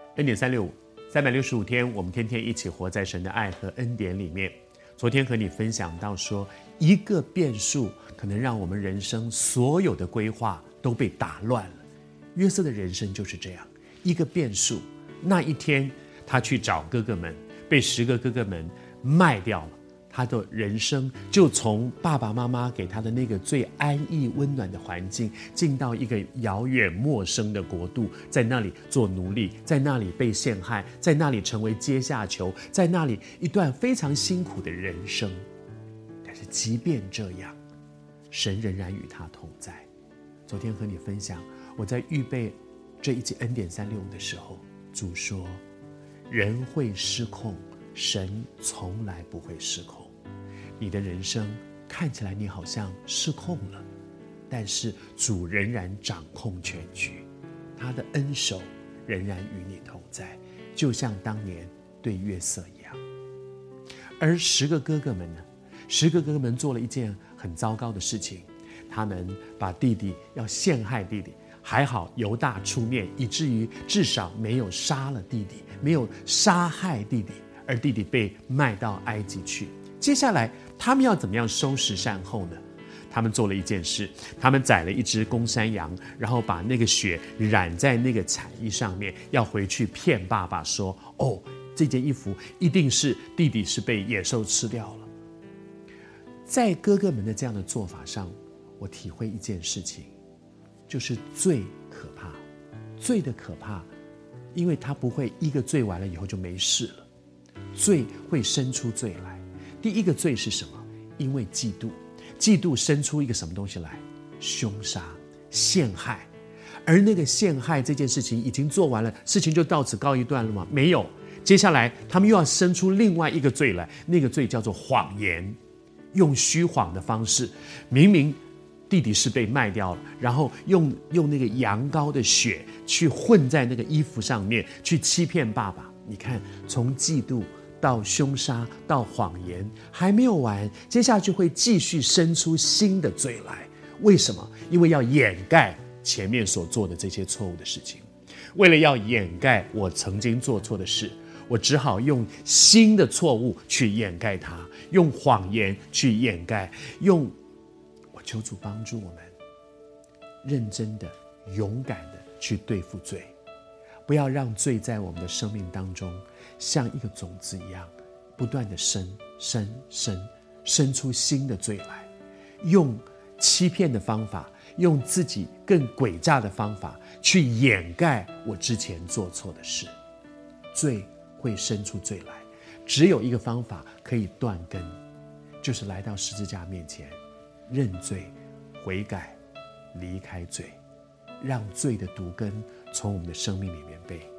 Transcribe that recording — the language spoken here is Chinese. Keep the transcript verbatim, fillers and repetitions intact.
恩典三六五，三百六十五天，我们天天一起活在神的爱和恩典里面。昨天和你分享到说，一个变数可能让我们人生所有的规划都被打乱了。约瑟的人生就是这样，一个变数。那一天他去找哥哥们，被十个哥哥们卖掉了，他的人生就从爸爸妈妈给他的那个最安逸温暖的环境，进到一个遥远陌生的国度，在那里做奴隶，在那里被陷害，在那里成为阶下囚，在那里一段非常辛苦的人生。但是即便这样，神仍然与他同在。昨天和你分享，我在预备这一集恩典三六五的时候，主说人会失控，神从来不会失控。你的人生看起来你好像失控了，但是主仍然掌控全局，他的恩手仍然与你同在，就像当年对约瑟一样。而十个哥哥们呢？十个哥哥们做了一件很糟糕的事情，他们把弟弟要陷害弟弟，还好犹大出面，以至于至少没有杀了弟弟，没有杀害弟弟，而弟弟被卖到埃及去。接下来他们要怎么样收拾善后呢？他们做了一件事，他们宰了一只公山羊，然后把那个血染在那个彩衣上面，要回去骗爸爸说，哦，这件衣服一定是弟弟是被野兽吃掉了。在哥哥们的这样的做法上，我体会一件事情，就是罪可怕。罪的可怕，因为他不会一个罪完了以后就没事了，罪会生出罪来。第一个罪是什么？因为嫉妒，嫉妒生出一个什么东西来？凶杀、陷害。而那个陷害这件事情已经做完了，事情就到此告一段落吗？没有，接下来他们又要生出另外一个罪来，那个罪叫做谎言，用虚谎的方式，明明弟弟是被卖掉了，然后用用那个羊羔的血去混在那个衣服上面，去欺骗爸爸。你看，从嫉妒到凶杀到谎言还没有完，接下去会继续生出新的罪来。为什么？因为要掩盖前面所做的这些错误的事情。为了要掩盖我曾经做错的事，我只好用新的错误去掩盖它，用谎言去掩盖，用我求主帮助我们认真的、勇敢的去对付罪，不要让罪在我们的生命当中像一个种子一样，不断的生生生生出新的罪来，用欺骗的方法，用自己更诡诈的方法去掩盖我之前做错的事。罪会生出罪来，只有一个方法可以断根，就是来到十字架面前，认罪、悔改、离开罪，让罪的毒根从我们的生命里面被